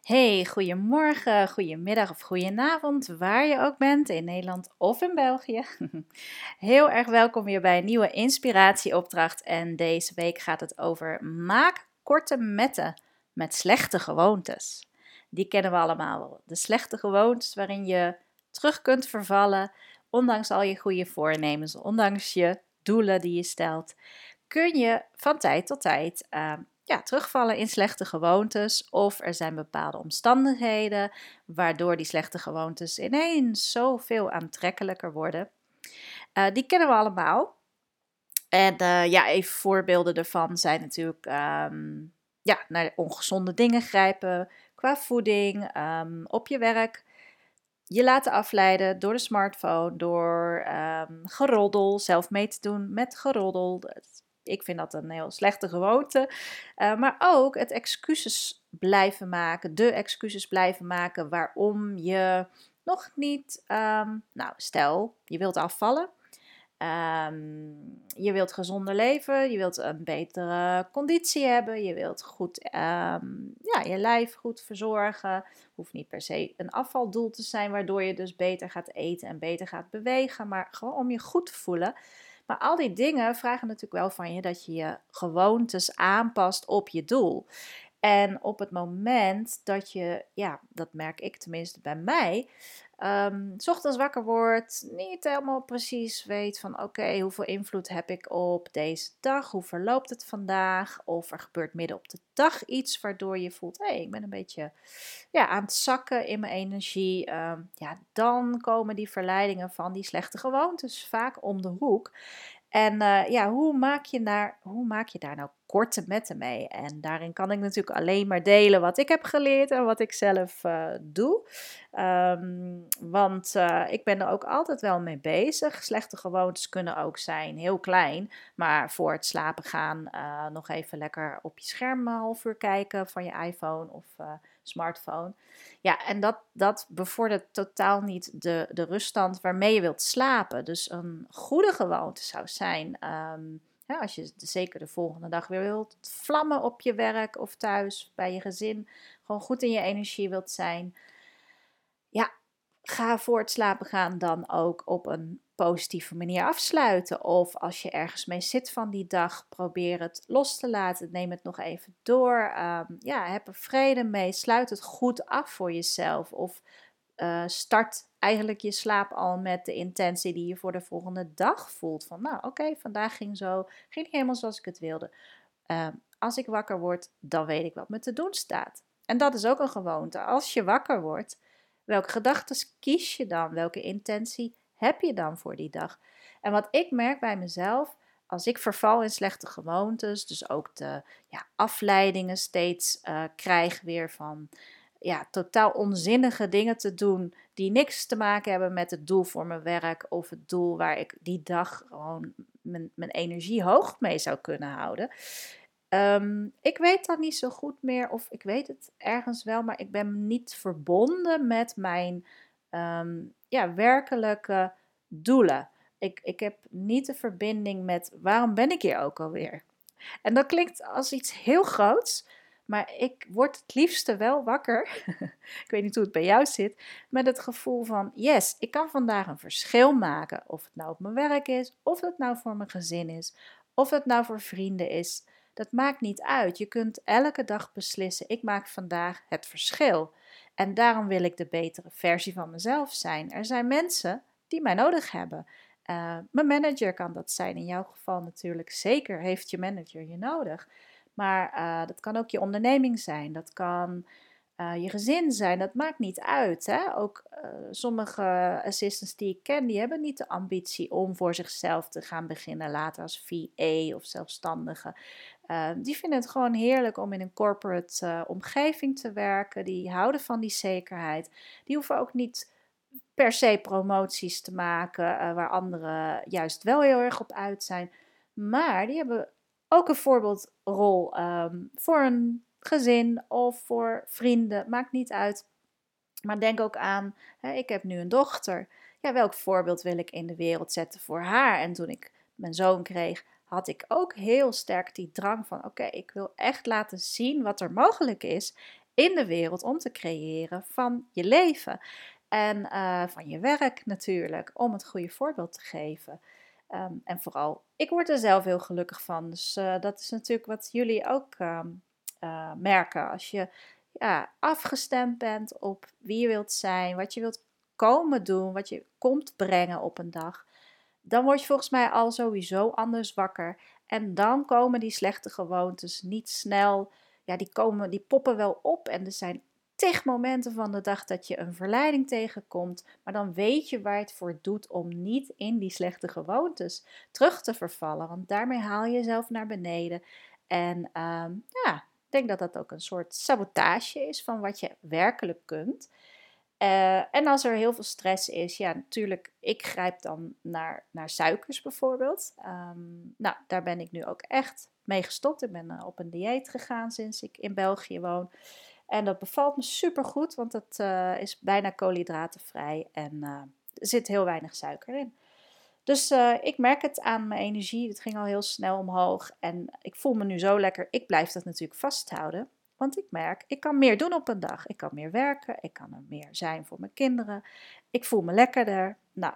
Hey, goedemorgen, goedemiddag of goedenavond, waar je ook bent, in Nederland of in België. Heel erg welkom weer bij een nieuwe inspiratieopdracht. En deze week gaat het over maak korte metten met slechte gewoontes. Die kennen we allemaal wel. De slechte gewoontes waarin je terug kunt vervallen, ondanks al je goede voornemens, ondanks je doelen die je stelt, kun je van tijd tot tijd terugvallen in slechte gewoontes. Of er zijn bepaalde omstandigheden waardoor die slechte gewoontes ineens zoveel aantrekkelijker worden. Die kennen we allemaal. En even voorbeelden daarvan zijn natuurlijk naar ongezonde dingen grijpen qua voeding, op je werk. Je laten afleiden door de smartphone, door geroddel, zelf mee te doen met geroddel. Ik vind dat een heel slechte gewoonte. Maar ook het excuses blijven maken, de excuses blijven maken waarom je nog niet, stel je wilt afvallen. Je wilt gezonder leven, je wilt een betere conditie hebben, je wilt goed je lijf goed verzorgen. Hoeft niet per se een afvaldoel te zijn, waardoor je dus beter gaat eten en beter gaat bewegen, maar gewoon om je goed te voelen. Maar al die dingen vragen natuurlijk wel van je dat je je gewoontes aanpast op je doel. En op het moment dat je, dat merk ik tenminste bij mij, 's ochtends wakker wordt, niet helemaal precies weet van oké, hoeveel invloed heb ik op deze dag? Hoe verloopt het vandaag? Of er gebeurt midden op de dag iets waardoor je voelt, hé, ik ben een beetje aan het zakken in mijn energie. Dan komen die verleidingen van die slechte gewoontes vaak om de hoek. En hoe maak je daar nou korte metten mee? En daarin kan ik natuurlijk alleen maar delen wat ik heb geleerd en wat ik zelf doe. Want ik ben er ook altijd wel mee bezig. Slechte gewoontes kunnen ook zijn heel klein. Maar voor het slapen gaan nog even lekker op je scherm een half uur kijken van je iPhone of smartphone. Ja, en dat bevordert totaal niet de ruststand waarmee je wilt slapen. Dus een goede gewoonte zou zijn, als je zeker de volgende dag weer wilt vlammen op je werk of thuis bij je gezin, gewoon goed in je energie wilt zijn. Ja, ga voor het slapen gaan dan ook op een positieve manier afsluiten. Of als je ergens mee zit van die dag, probeer het los te laten. Neem het nog even door. Heb er vrede mee. Sluit het goed af voor jezelf. Of start eigenlijk je slaap al met de intentie die je voor de volgende dag voelt. Van nou oké, vandaag ging niet helemaal zoals ik het wilde. Als ik wakker word, dan weet ik wat me te doen staat. En dat is ook een gewoonte. Als je wakker wordt, welke gedachten kies je dan? Welke intentie heb je dan voor die dag? En wat ik merk bij mezelf, als ik verval in slechte gewoontes, dus ook de afleidingen steeds krijg weer van totaal onzinnige dingen te doen die niks te maken hebben met het doel voor mijn werk of het doel waar ik die dag gewoon mijn energie hoog mee zou kunnen houden. Ik weet dat niet zo goed meer, of ik weet het ergens wel, maar ik ben niet verbonden met mijn werkelijke doelen. Ik heb niet de verbinding met waarom ben ik hier ook alweer. En dat klinkt als iets heel groots, maar ik word het liefste wel wakker. Ik weet niet hoe het bij jou zit, met het gevoel van yes, ik kan vandaag een verschil maken. Of het nou op mijn werk is, of het nou voor mijn gezin is, of het nou voor vrienden is. Dat maakt niet uit. Je kunt elke dag beslissen, ik maak vandaag het verschil. En daarom wil ik de betere versie van mezelf zijn. Er zijn mensen die mij nodig hebben. Mijn manager kan dat zijn. In jouw geval natuurlijk zeker heeft je manager je nodig. Maar dat kan ook je onderneming zijn. Dat kan je gezin zijn. Dat maakt niet uit. Hè? Ook sommige assistants die ik ken, die hebben niet de ambitie om voor zichzelf te gaan beginnen later als VA of zelfstandige. Die vinden het gewoon heerlijk om in een corporate omgeving te werken. Die houden van die zekerheid. Die hoeven ook niet per se promoties te maken waar anderen juist wel heel erg op uit zijn. Maar die hebben ook een voorbeeldrol voor een gezin of voor vrienden. Maakt niet uit. Maar denk ook aan, ik heb nu een dochter. Ja, welk voorbeeld wil ik in de wereld zetten voor haar? En toen ik mijn zoon kreeg, had ik ook heel sterk die drang van, oké, ik wil echt laten zien wat er mogelijk is. in de wereld om te creëren van je leven. En van je werk natuurlijk, om het goede voorbeeld te geven. En vooral, ik word er zelf heel gelukkig van. Dus dat is natuurlijk wat jullie ook merken. Als je afgestemd bent op wie je wilt zijn, wat je wilt komen doen, wat je komt brengen op een dag, dan word je volgens mij al sowieso anders wakker. En dan komen die slechte gewoontes niet snel. Ja, die poppen wel op. En er zijn tig momenten van de dag dat je een verleiding tegenkomt. Maar dan weet je waar je het voor doet om niet in die slechte gewoontes terug te vervallen. Want daarmee haal je jezelf naar beneden. En ik denk dat dat ook een soort sabotage is van wat je werkelijk kunt. En als er heel veel stress is, ja, natuurlijk, ik grijp dan naar suikers bijvoorbeeld. Nou, daar ben ik nu ook echt mee gestopt. Ik ben op een dieet gegaan sinds ik in België woon. En dat bevalt me supergoed, want dat is bijna koolhydratenvrij en er zit heel weinig suiker in. Dus ik merk het aan mijn energie. Het ging al heel snel omhoog en ik voel me nu zo lekker. Ik blijf dat natuurlijk vasthouden. Want ik merk, ik kan meer doen op een dag. Ik kan meer werken, ik kan er meer zijn voor mijn kinderen. Ik voel me lekkerder. Nou,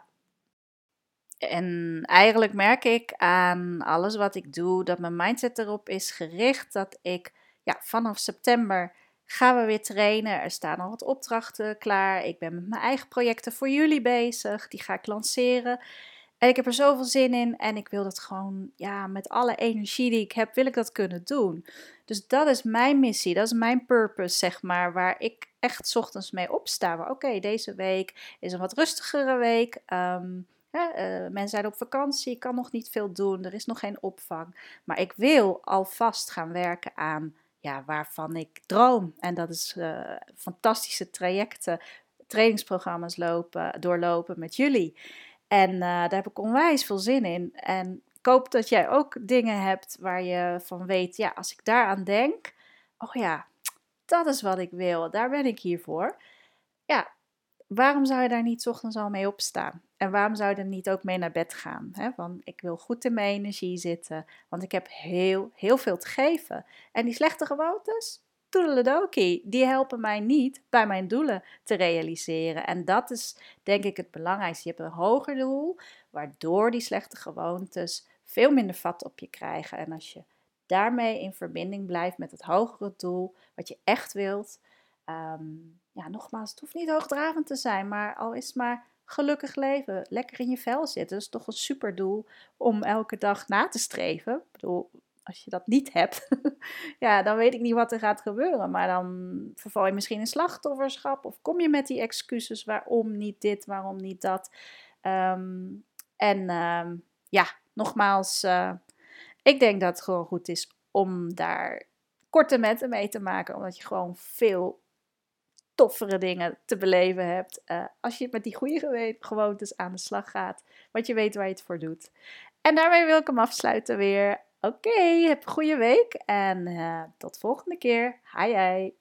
en eigenlijk merk ik aan alles wat ik doe, dat mijn mindset erop is gericht dat ik, vanaf september gaan we weer trainen. Er staan al wat opdrachten klaar. Ik ben met mijn eigen projecten voor jullie bezig. Die ga ik lanceren. En ik heb er zoveel zin in en ik wil dat gewoon, met alle energie die ik heb, wil ik dat kunnen doen. Dus dat is mijn missie, dat is mijn purpose, zeg maar, waar ik echt 's ochtends mee opsta. Oké, deze week is een wat rustigere week. Mensen zijn op vakantie, ik kan nog niet veel doen, er is nog geen opvang. Maar ik wil alvast gaan werken aan waarvan ik droom. En dat is fantastische trajecten, trainingsprogramma's doorlopen met jullie. En daar heb ik onwijs veel zin in. En ik hoop dat jij ook dingen hebt waar je van weet, als ik daaraan denk, oh ja, dat is wat ik wil, daar ben ik hier voor. Ja, waarom zou je daar niet 's ochtends al mee opstaan? En waarom zou je er niet ook mee naar bed gaan? Hè? Want ik wil goed in mijn energie zitten, want ik heb heel, heel veel te geven. En die slechte gewoontes, toedeledokie, die helpen mij niet bij mijn doelen te realiseren. En dat is denk ik het belangrijkste. Je hebt een hoger doel, waardoor die slechte gewoontes veel minder vat op je krijgen. En als je daarmee in verbinding blijft met het hogere doel, wat je echt wilt. Nogmaals, het hoeft niet hoogdravend te zijn, maar al is het maar gelukkig leven, lekker in je vel zitten. Dat is toch een super doel om elke dag na te streven. Ik bedoel, als je dat niet hebt, dan weet ik niet wat er gaat gebeuren. Maar dan verval je misschien in slachtofferschap of kom je met die excuses, waarom niet dit, waarom niet dat. Nogmaals, ik denk dat het gewoon goed is om daar korte metten mee te maken, omdat je gewoon veel toffere dingen te beleven hebt als je met die goede gewoontes aan de slag gaat, want je weet waar je het voor doet. En daarmee wil ik hem afsluiten weer. Oké, heb een goede week en tot volgende keer. Hai hai.